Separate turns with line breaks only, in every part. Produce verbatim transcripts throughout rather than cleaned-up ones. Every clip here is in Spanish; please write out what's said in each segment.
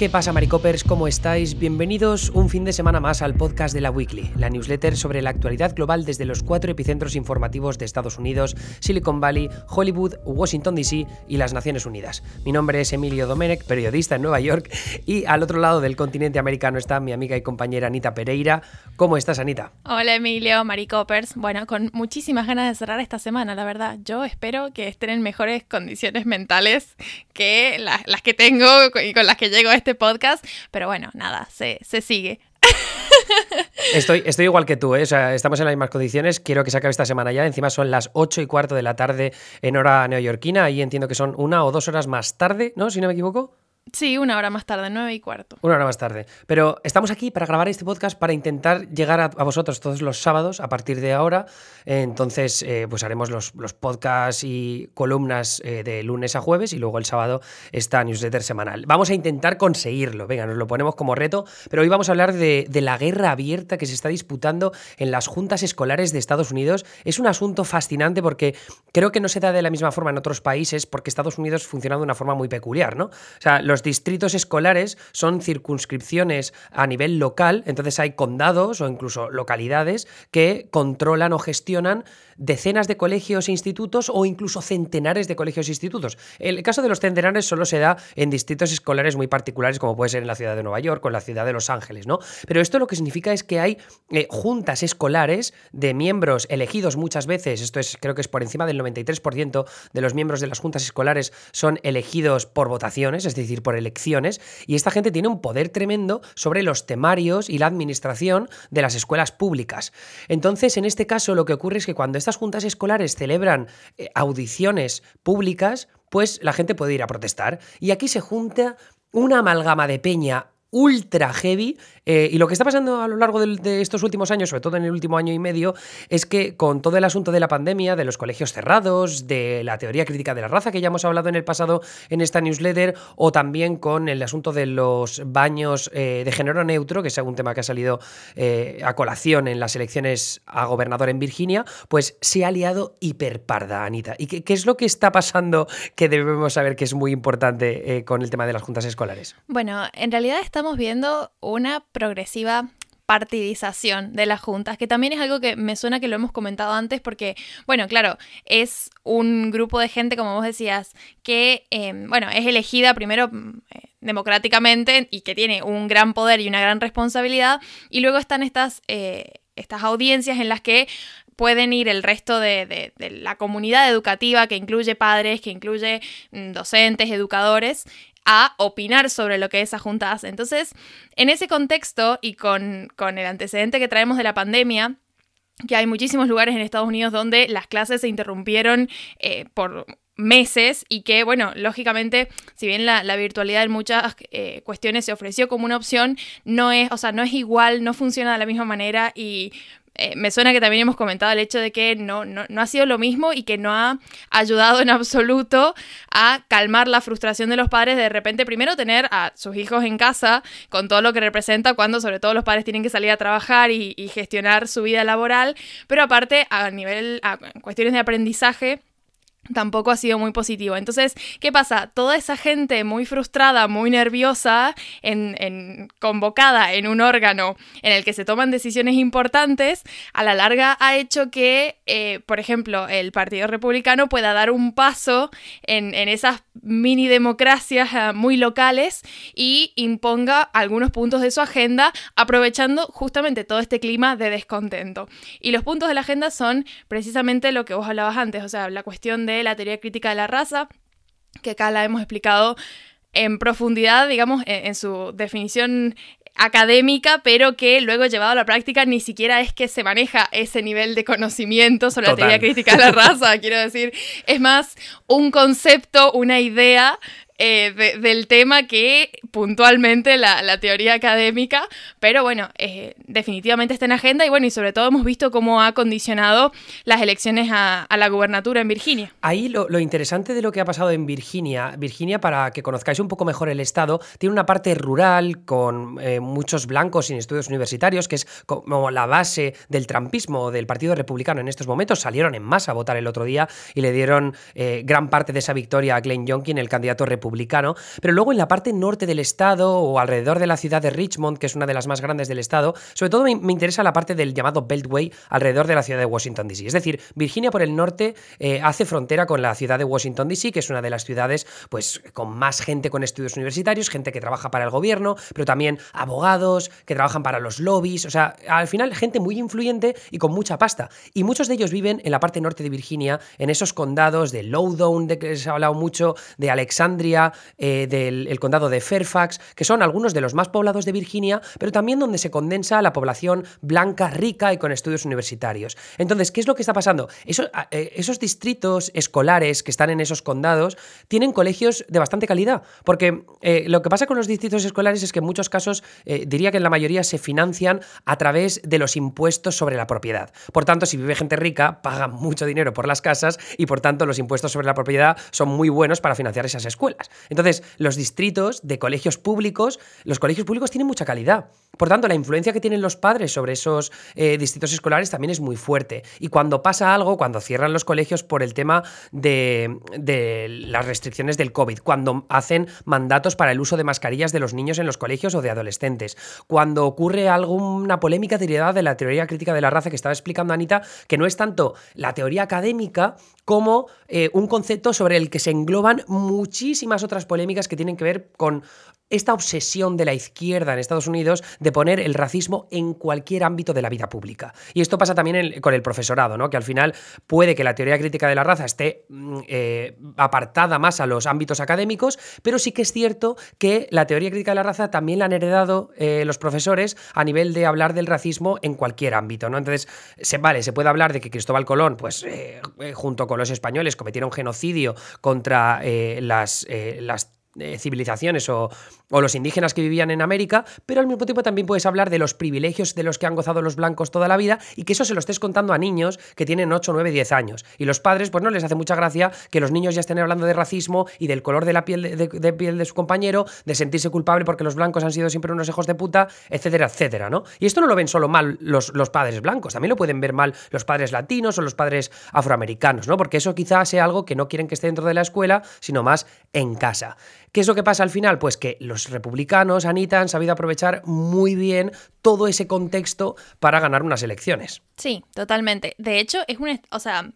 ¿Qué pasa, Maricopers? ¿Cómo estáis? Bienvenidos un fin de semana más al podcast de la Weekly, la newsletter sobre la actualidad global desde los cuatro epicentros informativos de Estados Unidos, Silicon Valley, Hollywood, Washington D C y las Naciones Unidas. Mi nombre es Emilio Domenech, periodista en Nueva York, y al otro lado del continente americano está mi amiga y compañera Anita Pereira. ¿Cómo estás, Anita?
Hola, Emilio, Maricopers. Bueno, con muchísimas ganas de cerrar esta semana, la verdad. Yo espero que estén en mejores condiciones mentales que la, las que tengo y con las que llego a este podcast, pero bueno, nada, se, se sigue.
Estoy, estoy igual que tú, ¿eh? O sea, estamos en las mismas condiciones. Quiero que se acabe esta semana ya. Encima son las ocho y cuarto de la tarde en hora neoyorquina. Ahí entiendo que son una o dos horas más tarde, ¿no? Si no me equivoco.
Sí, una hora más tarde, nueve y cuarto.
Una hora más tarde. Pero estamos aquí para grabar este podcast para intentar llegar a, a vosotros todos los sábados a partir de ahora. Entonces, eh, pues haremos los, los podcasts y columnas eh, de lunes a jueves y luego el sábado esta newsletter semanal. Vamos a intentar conseguirlo. Venga, nos lo ponemos como reto. Pero hoy vamos a hablar de, de la guerra abierta que se está disputando en las juntas escolares de Estados Unidos. Es un asunto fascinante porque creo que no se da de la misma forma en otros países porque Estados Unidos funciona de una forma muy peculiar, ¿no? O sea, los distritos escolares son circunscripciones a nivel local, entonces hay condados o incluso localidades que controlan o gestionan decenas de colegios e institutos o incluso centenares de colegios e institutos. El caso de los centenares solo se da en distritos escolares muy particulares, como puede ser en la ciudad de Nueva York o en la ciudad de Los Ángeles, ¿no? Pero esto lo que significa es que hay eh, juntas escolares de miembros elegidos muchas veces, esto es, creo que es por encima del noventa y tres por ciento de los miembros de las juntas escolares son elegidos por votaciones, es decir, por elecciones, y esta gente tiene un poder tremendo sobre los temarios y la administración de las escuelas públicas. Entonces, en este caso, lo que ocurre es que cuando estas juntas escolares celebran eh, audiciones públicas, pues la gente puede ir a protestar. Y aquí se junta una amalgama de peña ultra heavy, eh, y lo que está pasando a lo largo de, de estos últimos años, sobre todo en el último año y medio, es que con todo el asunto de la pandemia, de los colegios cerrados, de la teoría crítica de la raza que ya hemos hablado en el pasado en esta newsletter, o también con el asunto de los baños eh, de género neutro, que es un tema que ha salido eh, a colación en las elecciones a gobernador en Virginia, pues se ha liado hiperparda, Anita. ¿Y qué, qué es lo que está pasando que debemos saber que es muy importante eh, con el tema de las juntas escolares?
Bueno, en realidad estamos Estamos viendo una progresiva partidización de las juntas, que también es algo que me suena que lo hemos comentado antes porque, bueno, claro, es un grupo de gente, como vos decías, que, eh, bueno, es elegida primero eh, democráticamente y que tiene un gran poder y una gran responsabilidad, y luego están estas, eh, estas audiencias en las que pueden ir el resto de, de, de la comunidad educativa, que incluye padres, que incluye mm, docentes, educadores, a opinar sobre lo que esa junta hace. Entonces, en ese contexto y con, con el antecedente que traemos de la pandemia, que hay muchísimos lugares en Estados Unidos donde las clases se interrumpieron eh, por meses y que, bueno, lógicamente, si bien la, la virtualidad en muchas eh, cuestiones se ofreció como una opción, no es, o sea, no es igual, no funciona de la misma manera y Eh, me suena que también hemos comentado el hecho de que no, no, no ha sido lo mismo y que no ha ayudado en absoluto a calmar la frustración de los padres de de repente primero tener a sus hijos en casa con todo lo que representa cuando sobre todo los padres tienen que salir a trabajar y, y gestionar su vida laboral, pero aparte a nivel, a cuestiones de aprendizaje tampoco ha sido muy positivo. Entonces, ¿qué pasa? Toda esa gente muy frustrada, muy nerviosa, en, en, convocada en un órgano en el que se toman decisiones importantes, a la larga ha hecho que, eh, por ejemplo, el Partido Republicano pueda dar un paso en, en esas mini democracias uh, muy locales y imponga algunos puntos de su agenda, aprovechando justamente todo este clima de descontento. Y los puntos de la agenda son precisamente lo que vos hablabas antes, o sea, la cuestión de la teoría crítica de la raza, que acá la hemos explicado en profundidad, digamos, en, en su definición académica, pero que luego llevado a la práctica ni siquiera es que se maneja ese nivel de conocimiento sobre Total. La teoría crítica de la raza, quiero decir, es más un concepto, una idea eh, de, del tema que puntualmente la, la teoría académica, pero bueno, eh, definitivamente está en agenda y bueno, y sobre todo hemos visto cómo ha condicionado las elecciones a, a la gubernatura en Virginia.
Ahí lo, lo interesante de lo que ha pasado en Virginia, Virginia, para que conozcáis un poco mejor el estado, tiene una parte rural con eh, muchos blancos sin estudios universitarios, que es como la base del trumpismo del Partido Republicano en estos momentos. Salieron en masa a votar el otro día y le dieron eh, gran parte de esa victoria a Glenn Youngkin, el candidato republicano republicano, pero luego en la parte norte del estado o alrededor de la ciudad de Richmond, que es una de las más grandes del estado, sobre todo me, me interesa la parte del llamado Beltway alrededor de la ciudad de Washington, D C. Es decir, Virginia por el norte eh, hace frontera con la ciudad de Washington, D C, que es una de las ciudades pues, con más gente con estudios universitarios, gente que trabaja para el gobierno, pero también abogados que trabajan para los lobbies, o sea, al final gente muy influyente y con mucha pasta. Y muchos de ellos viven en la parte norte de Virginia, en esos condados de Loudoun, de que se ha hablado mucho, de Alexandria, eh, del el condado de Fairfax, que son algunos de los más poblados de Virginia, pero también donde se condensa la población blanca, rica y con estudios universitarios. Entonces, ¿qué es lo que está pasando? Esos, eh, esos distritos escolares que están en esos condados tienen colegios de bastante calidad, porque eh, lo que pasa con los distritos escolares es que en muchos casos, eh, diría que en la mayoría se financian a través de los impuestos sobre la propiedad. Por tanto, si vive gente rica, pagan mucho dinero por las casas y por tanto los impuestos sobre la propiedad son muy buenos para financiar esas escuelas. Entonces, los distritos de colegios públicos, los colegios públicos tienen mucha calidad. Por tanto, la influencia que tienen los padres sobre esos eh, distritos escolares también es muy fuerte. Y cuando pasa algo, cuando cierran los colegios por el tema de, de las restricciones del COVID, cuando hacen mandatos para el uso de mascarillas de los niños en los colegios o de adolescentes, cuando ocurre alguna polémica derivada de la teoría crítica de la raza que estaba explicando Anita, que no es tanto la teoría académica como eh, un concepto sobre el que se engloban muchísimas otras polémicas que tienen que ver con esta obsesión de la izquierda en Estados Unidos de poner el racismo en cualquier ámbito de la vida pública. Y esto pasa también en, con el profesorado, ¿no? Que al final puede que la teoría crítica de la raza esté eh, apartada más a los ámbitos académicos, pero sí que es cierto que la teoría crítica de la raza también la han heredado eh, los profesores a nivel de hablar del racismo en cualquier ámbito, ¿no? Entonces, se, vale, se puede hablar de que Cristóbal Colón, pues eh, junto con los españoles, cometieron genocidio contra eh, las, eh, las Eh, civilizaciones o, o los indígenas que vivían en América, pero al mismo tiempo también puedes hablar de los privilegios de los que han gozado los blancos toda la vida y que eso se lo estés contando a niños que tienen ocho, nueve, diez años. Y los padres, pues no les hace mucha gracia que los niños ya estén hablando de racismo y del color de la piel de, de, de piel de su compañero, de sentirse culpable porque los blancos han sido siempre unos hijos de puta, etcétera, etcétera, ¿no? Y esto no lo ven solo mal los, los padres blancos, también lo pueden ver mal los padres latinos o los padres afroamericanos, ¿no? Porque eso quizás sea algo que no quieren que esté dentro de la escuela, sino más en casa. ¿Qué es lo que pasa al final? Pues que los republicanos, Anita, han sabido aprovechar muy bien todo ese contexto para ganar unas elecciones.
Sí, totalmente. De hecho, es un... O sea,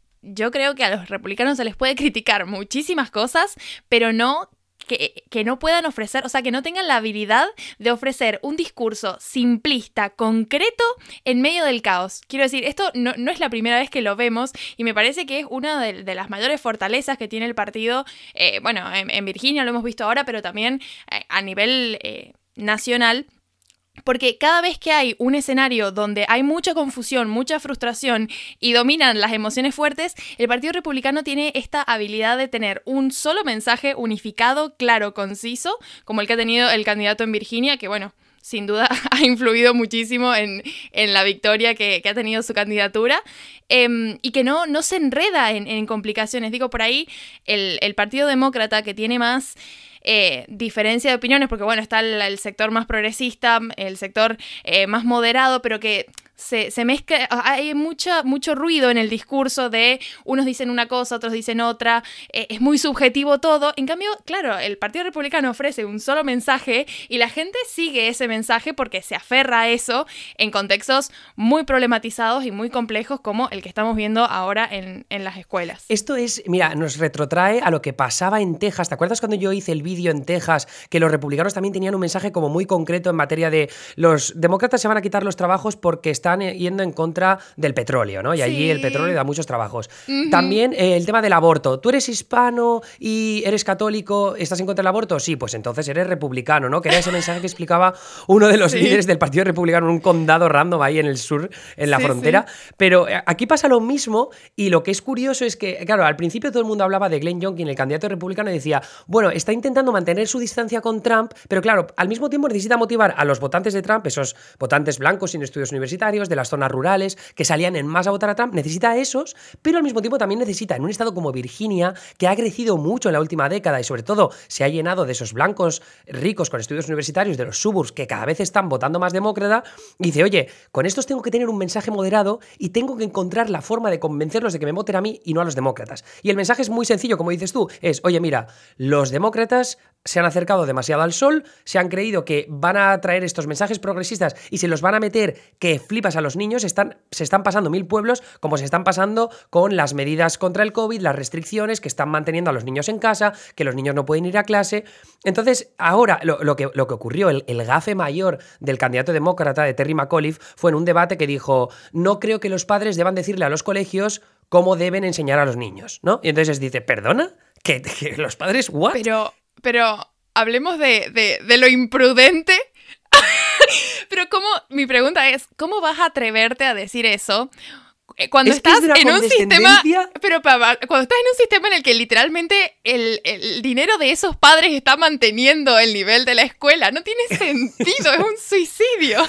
yo creo que a los republicanos se les puede criticar muchísimas cosas, pero no... Que, que no puedan ofrecer, o sea, que no tengan la habilidad de ofrecer un discurso simplista, concreto, en medio del caos. Quiero decir, esto no, no es la primera vez que lo vemos y me parece que es una de, de las mayores fortalezas que tiene el partido, eh, bueno, en, en Virginia lo hemos visto ahora, pero también eh, a nivel eh, nacional. Porque cada vez que hay un escenario donde hay mucha confusión, mucha frustración y dominan las emociones fuertes, el Partido Republicano tiene esta habilidad de tener un solo mensaje unificado, claro, conciso, como el que ha tenido el candidato en Virginia, que bueno, sin duda ha influido muchísimo en, en la victoria que, que ha tenido su candidatura, eh, y que no, no se enreda en, en complicaciones. Digo, por ahí el, el Partido Demócrata, que tiene más... Eh, diferencia de opiniones, porque bueno, está el, el sector más progresista, el sector eh, más moderado, pero que se, se mezcla, hay mucha, mucho ruido en el discurso de unos dicen una cosa, otros dicen otra, eh, es muy subjetivo todo. En cambio, claro, el Partido Republicano ofrece un solo mensaje y la gente sigue ese mensaje porque se aferra a eso en contextos muy problematizados y muy complejos como el que estamos viendo ahora en, en las escuelas.
Esto es, mira, nos retrotrae a lo que pasaba en Texas. ¿Te acuerdas cuando yo hice el vídeo en Texas que los republicanos también tenían un mensaje como muy concreto en materia de los demócratas se van a quitar los trabajos porque están yendo en contra del petróleo, ¿no? Y sí. Allí el petróleo da muchos trabajos. Uh-huh. También eh, el tema del aborto. ¿Tú eres hispano y eres católico, estás en contra del aborto? Sí, pues entonces eres republicano, ¿no? Que era ese mensaje que explicaba uno de los sí. líderes del Partido Republicano en un condado random ahí en el sur, en la sí, frontera. Sí. Pero aquí pasa lo mismo y lo que es curioso es que, claro, al principio todo el mundo hablaba de Glenn Youngkin, el candidato republicano, y decía, bueno, está intentando mantener su distancia con Trump, pero claro, al mismo tiempo necesita motivar a los votantes de Trump, esos votantes blancos sin estudios universitarios, barrios, de las zonas rurales, que salían en masa a votar a Trump, necesita a esos, pero al mismo tiempo también necesita en un estado como Virginia, que ha crecido mucho en la última década y sobre todo se ha llenado de esos blancos ricos con estudios universitarios de los suburbs que cada vez están votando más demócrata, y dice, oye, con estos tengo que tener un mensaje moderado y tengo que encontrar la forma de convencerlos de que me voten a mí y no a los demócratas. Y el mensaje es muy sencillo, como dices tú, es, oye, mira, los demócratas se han acercado demasiado al sol, se han creído que van a traer estos mensajes progresistas y se los van a meter que flipas a los niños, están, se están pasando mil pueblos como se están pasando con las medidas contra el COVID, las restricciones que están manteniendo a los niños en casa, que los niños no pueden ir a clase. Entonces, ahora, lo, lo, que, lo que ocurrió, el, el gafe mayor del candidato demócrata, de Terry McAuliffe, fue en un debate que dijo, no creo que los padres deban decirle a los colegios cómo deben enseñar a los niños, ¿no? Y entonces dice, ¿perdona? ¿Que, que los padres, what?
Pero, pero hablemos de, de, de lo imprudente. Pero cómo, mi pregunta es, ¿cómo vas a atreverte a decir eso cuando
es
estás
que es
en un sistema, pero papá, cuando estás en un sistema en el que literalmente el, el dinero de esos padres está manteniendo el nivel de la escuela? No tiene sentido, es un suicidio.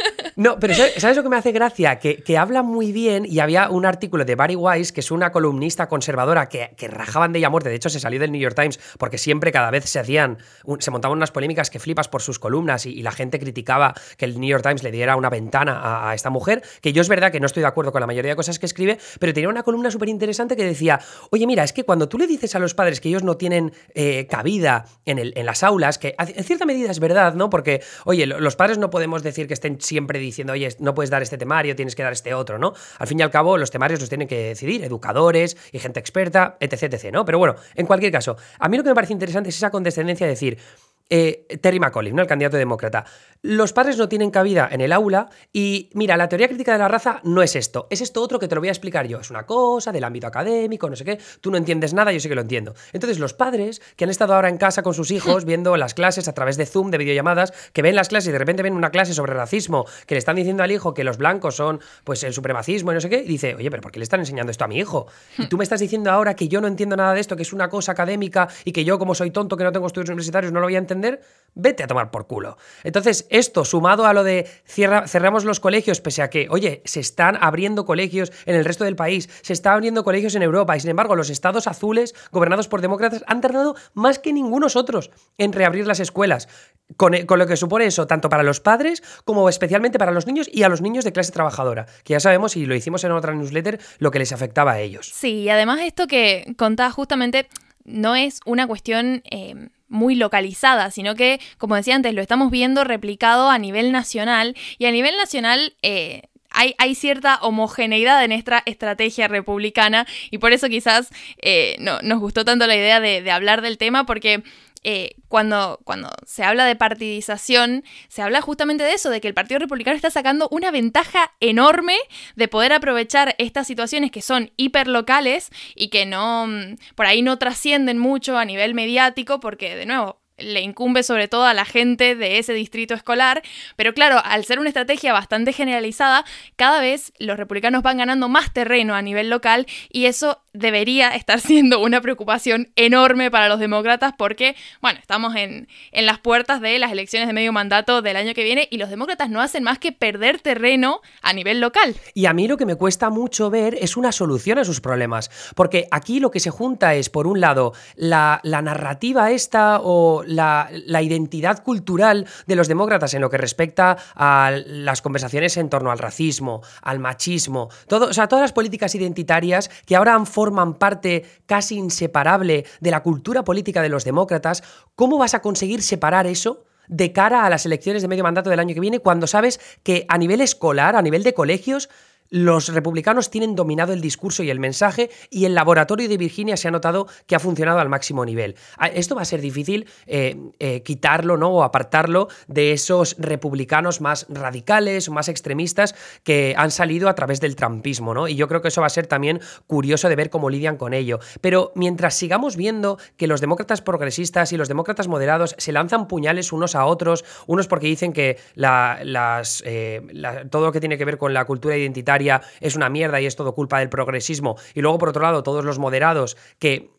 No, pero ¿sabes lo que me hace gracia? Que, que habla muy bien, y había un artículo de Bari Weiss, que es una columnista conservadora que, que rajaban de ella a muerte. De hecho, se salió del New York Times porque siempre, cada vez se hacían, un, se montaban unas polémicas que flipas por sus columnas y, y la gente criticaba que el New York Times le diera una ventana a, a esta mujer, que yo es verdad que no estoy de acuerdo con la mayoría de cosas que escribe, pero tenía una columna súper interesante que decía, oye, mira, es que cuando tú le dices a los padres que ellos no tienen eh, cabida en, el, en las aulas, que en cierta medida es verdad, ¿no? Porque, oye, los padres no podemos decir que estén siempre diciendo, oye, no puedes dar este temario, tienes que dar este otro, ¿no? Al fin y al cabo, los temarios los tienen que decidir educadores y gente experta, etc, etc, ¿no? Pero bueno, en cualquier caso, a mí lo que me parece interesante es esa condescendencia de decir, eh, Terry McAuliffe, ¿no? El candidato demócrata, los padres no tienen cabida en el aula y, mira, la teoría crítica de la raza no es esto, es esto otro que te lo voy a explicar yo, es una cosa del ámbito académico, no sé qué, tú no entiendes nada, yo sí que lo entiendo. Entonces, los padres que han estado ahora en casa con sus hijos viendo las clases a través de Zoom, de videollamadas, que ven las clases y de repente ven una clase sobre racismo, que le están diciendo al hijo que los blancos son, pues, el supremacismo y no sé qué, y dice, oye, pero ¿por qué le están enseñando esto a mi hijo? Y tú me estás diciendo ahora que yo no entiendo nada de esto, que es una cosa académica y que yo, como soy tonto, que no tengo estudios universitarios, no lo voy a entender. Vete a tomar por culo. Entonces, esto sumado a lo de cierra, cerramos los colegios, pese a que, oye, se están abriendo colegios en el resto del país, se están abriendo colegios en Europa, y sin embargo, los estados azules, gobernados por demócratas, han tardado más que ningunos otros en reabrir las escuelas. Con, con lo que supone eso, tanto para los padres como especialmente para los niños y a los niños de clase trabajadora, que ya sabemos, y lo hicimos en otra newsletter, lo que les afectaba a ellos.
Sí, y además esto que contaba justamente no es una cuestión Eh... muy localizada, sino que, como decía antes, lo estamos viendo replicado a nivel nacional, y a nivel nacional eh, hay, hay cierta homogeneidad en esta estrategia republicana, y por eso quizás eh, no, nos gustó tanto la idea de, de hablar del tema, porque Eh, cuando, cuando se habla de partidización, se habla justamente de eso, de que el Partido Republicano está sacando una ventaja enorme de poder aprovechar estas situaciones que son hiperlocales y que no, por ahí no trascienden mucho a nivel mediático, porque, de nuevo, le incumbe sobre todo a la gente de ese distrito escolar, pero claro, al ser una estrategia bastante generalizada, cada vez los republicanos van ganando más terreno a nivel local, y eso debería estar siendo una preocupación enorme para los demócratas, porque, bueno, estamos en, en las puertas de las elecciones de medio mandato del año que viene, y los demócratas no hacen más que perder terreno a nivel local.
Y a mí lo que me cuesta mucho ver es una solución a sus problemas, porque aquí lo que se junta es, por un lado, la, la narrativa esta o La, la identidad cultural de los demócratas en lo que respecta a las conversaciones en torno al racismo, al machismo, todo, o sea, todas las políticas identitarias que ahora forman parte casi inseparable de la cultura política de los demócratas. ¿Cómo vas a conseguir separar eso de cara a las elecciones de medio mandato del año que viene, cuando sabes que a nivel escolar, a nivel de colegios, los republicanos tienen dominado el discurso y el mensaje, y el laboratorio de Virginia se ha notado que ha funcionado al máximo nivel? Esto va a ser difícil eh, eh, quitarlo, ¿no? O apartarlo de esos republicanos más radicales o más extremistas que han salido a través del trumpismo, ¿no? Y yo creo que eso va a ser también curioso de ver cómo lidian con ello. Pero mientras sigamos viendo que los demócratas progresistas y los demócratas moderados se lanzan puñales unos a otros, unos porque dicen que la, las, eh, la, todo lo que tiene que ver con la cultura identitaria es una mierda y es todo culpa del progresismo, y luego por otro lado todos los moderados que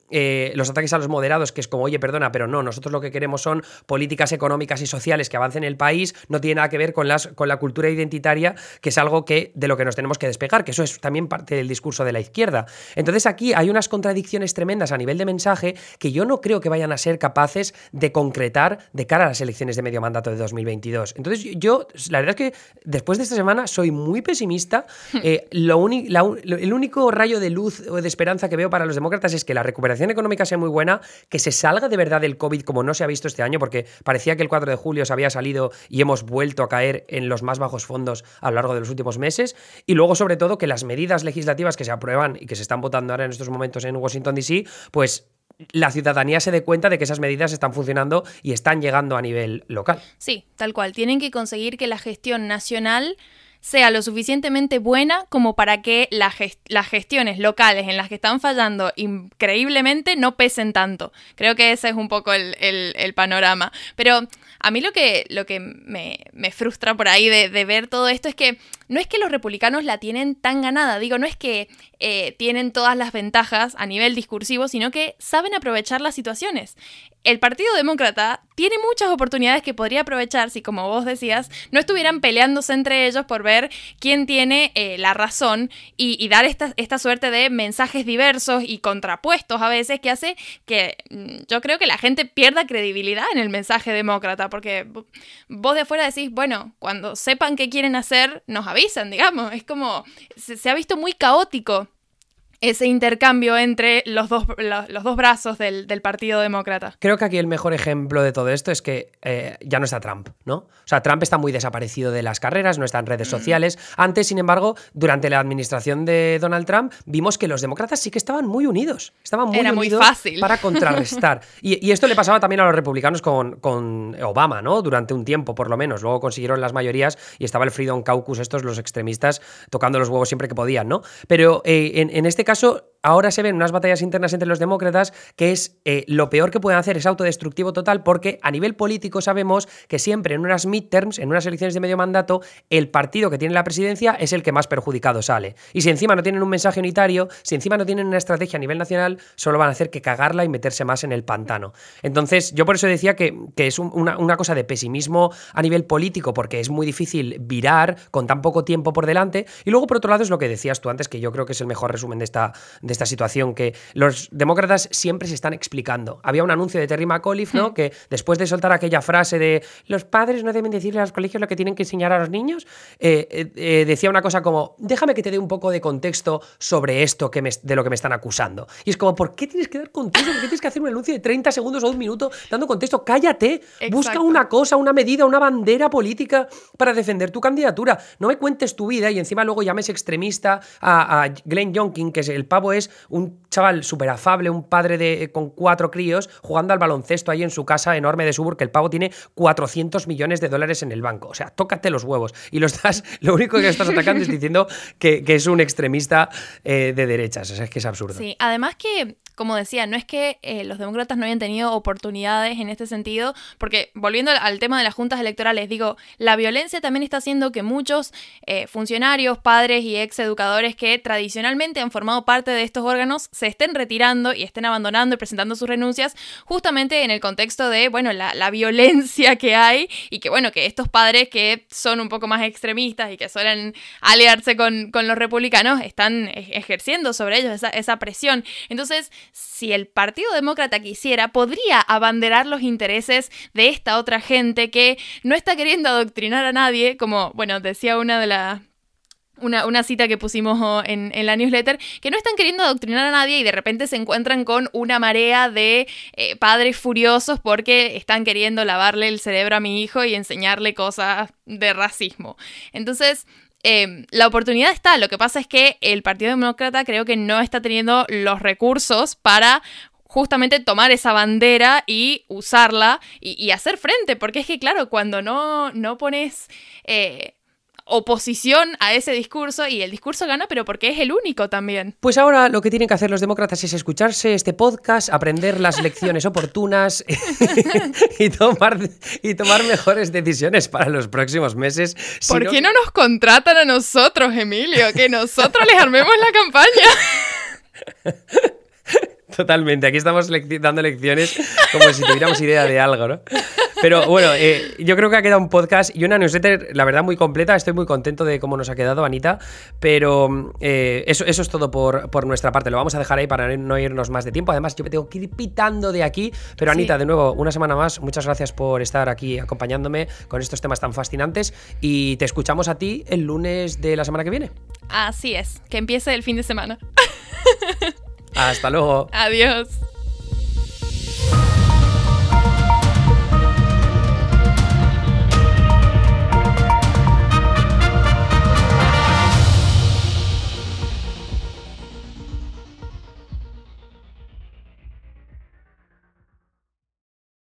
eh, los ataques a los moderados, que es como, oye, perdona, pero no, nosotros lo que queremos son políticas económicas y sociales que avancen el país, no tiene nada que ver con, las, con la cultura identitaria, que es algo que, de lo que nos tenemos que despegar, que eso es también parte del discurso de la izquierda. Entonces aquí hay unas contradicciones tremendas a nivel de mensaje que yo no creo que vayan a ser capaces de concretar de cara a las elecciones de medio mandato de dos mil veintidós. Entonces yo, la verdad es que después de esta semana soy muy pesimista. Eh, lo uni- la, el único rayo de luz o de esperanza que veo para los demócratas es que la recuperación económica sea muy buena, que se salga de verdad del COVID como no se ha visto este año, porque parecía que el cuatro de julio se había salido y hemos vuelto a caer en los más bajos fondos a lo largo de los últimos meses. Y luego, sobre todo, que las medidas legislativas que se aprueban y que se están votando ahora en estos momentos en Washington D C, pues la ciudadanía se dé cuenta de que esas medidas están funcionando y están llegando a nivel local.
Sí, tal cual. Tienen que conseguir que la gestión nacional sea lo suficientemente buena como para que la gest- las gestiones locales en las que están fallando increíblemente no pesen tanto. Creo que ese es un poco el, el, el panorama. Pero a mí lo que, lo que me, me frustra por ahí de, de ver todo esto es que no es que los republicanos la tienen tan ganada. Digo, no es que eh, tienen todas las ventajas a nivel discursivo, sino que saben aprovechar las situaciones. El Partido Demócrata tiene muchas oportunidades que podría aprovechar si, como vos decías, no estuvieran peleándose entre ellos por ver quién tiene eh, la razón y, y dar esta, esta suerte de mensajes diversos y contrapuestos a veces que hace que mm, yo creo que la gente pierda credibilidad en el mensaje demócrata, porque vos de afuera decís, bueno, cuando sepan qué quieren hacer, nos avisan, digamos. Es como, se, se ha visto muy caótico ese intercambio entre los dos, los, los dos brazos del, del Partido Demócrata.
Creo que aquí el mejor ejemplo de todo esto es que eh, ya no está Trump, ¿no? O sea, Trump está muy desaparecido de las carreras, no está en redes sociales. Antes, sin embargo, durante la administración de Donald Trump, vimos que los demócratas sí que estaban muy unidos. Estaban muy
Era
unidos
muy fácil
para contrarrestar. Y, y esto le pasaba también a los republicanos con, con Obama, ¿no? Durante un tiempo, por lo menos. Luego consiguieron las mayorías y estaba el Freedom Caucus, estos, los extremistas, tocando los huevos siempre que podían, ¿no? Pero eh, en, en este caso, ahora se ven unas batallas internas entre los demócratas que es eh, lo peor que pueden hacer, es autodestructivo total, porque a nivel político sabemos que siempre en unas midterms, en unas elecciones de medio mandato, el partido que tiene la presidencia es el que más perjudicado sale. Y si encima no tienen un mensaje unitario, si encima no tienen una estrategia a nivel nacional, solo van a hacer que cagarla y meterse más en el pantano. Entonces, yo por eso decía que, que es un, una, una cosa de pesimismo a nivel político, porque es muy difícil virar con tan poco tiempo por delante. Y luego, por otro lado, es lo que decías tú antes, que yo creo que es el mejor resumen de esta de esta situación, que los demócratas siempre se están explicando. Había un anuncio de Terry McAuliffe, ¿no? Que después de soltar aquella frase de los padres no deben decirle a los colegios lo que tienen que enseñar a los niños, eh, eh, eh, decía una cosa como, déjame que te dé un poco de contexto sobre esto que me, de lo que me están acusando. Y es como, ¿por qué tienes que dar contexto? ¿Por qué tienes que hacer un anuncio de treinta segundos o un minuto dando contexto? Cállate,
Exacto.
Busca una cosa, una medida, una bandera política para defender tu candidatura. No me cuentes tu vida y encima luego llames extremista a, a Glenn Youngkin, que es, el pavo es un chaval súper afable, un padre de, con cuatro críos, jugando al baloncesto ahí en su casa enorme de Suburb, que el pavo tiene cuatrocientos millones de dólares en el banco. O sea, tócate los huevos. Y lo estás, lo único que estás atacando es diciendo que, que es un extremista eh, de derechas. O sea, es que es absurdo.
Sí, además que, como decía, no es que eh, los demócratas no hayan tenido oportunidades en este sentido, porque volviendo al tema de las juntas electorales, digo, la violencia también está haciendo que muchos eh, funcionarios, padres y ex educadores que tradicionalmente han formado parte de estos órganos se estén retirando y estén abandonando y presentando sus renuncias justamente en el contexto de, bueno, la, la violencia que hay y que, bueno, que estos padres que son un poco más extremistas y que suelen aliarse con, con los republicanos están ejerciendo sobre ellos esa, esa presión. Entonces, si el Partido Demócrata quisiera, podría abanderar los intereses de esta otra gente que no está queriendo adoctrinar a nadie, como, bueno, decía una de las... Una, una cita que pusimos en, en la newsletter, que no están queriendo adoctrinar a nadie y de repente se encuentran con una marea de eh, padres furiosos porque están queriendo lavarle el cerebro a mi hijo y enseñarle cosas de racismo. Entonces, eh, la oportunidad está. Lo que pasa es que el Partido Demócrata creo que no está teniendo los recursos para justamente tomar esa bandera y usarla y, y hacer frente, porque es que, claro, cuando no, no pones... Eh, oposición a ese discurso, y el discurso gana, pero porque es el único también.
Pues ahora lo que tienen que hacer los demócratas es escucharse este podcast, aprender las lecciones oportunas y, tomar, y tomar mejores decisiones para los próximos meses. Si
¿Por
no...
qué no nos contratan a nosotros, Emilio? Que nosotros les armemos la campaña.
Totalmente, aquí estamos lec- dando lecciones como si tuviéramos idea de algo, ¿no? Pero bueno, eh, yo creo que ha quedado un podcast y una newsletter, la verdad, muy completa. Estoy muy contento de cómo nos ha quedado, Anita. Pero eh, eso, eso es todo por, por nuestra parte. Lo vamos a dejar ahí para no irnos más de tiempo. Además, yo me tengo que ir pitando de aquí. Pero Anita, sí. de nuevo, una semana más, muchas gracias por estar aquí acompañándome con estos temas tan fascinantes. Y te escuchamos a ti el lunes de la semana que viene.
Así es, que empiece el fin de semana.
Hasta luego.
Adiós.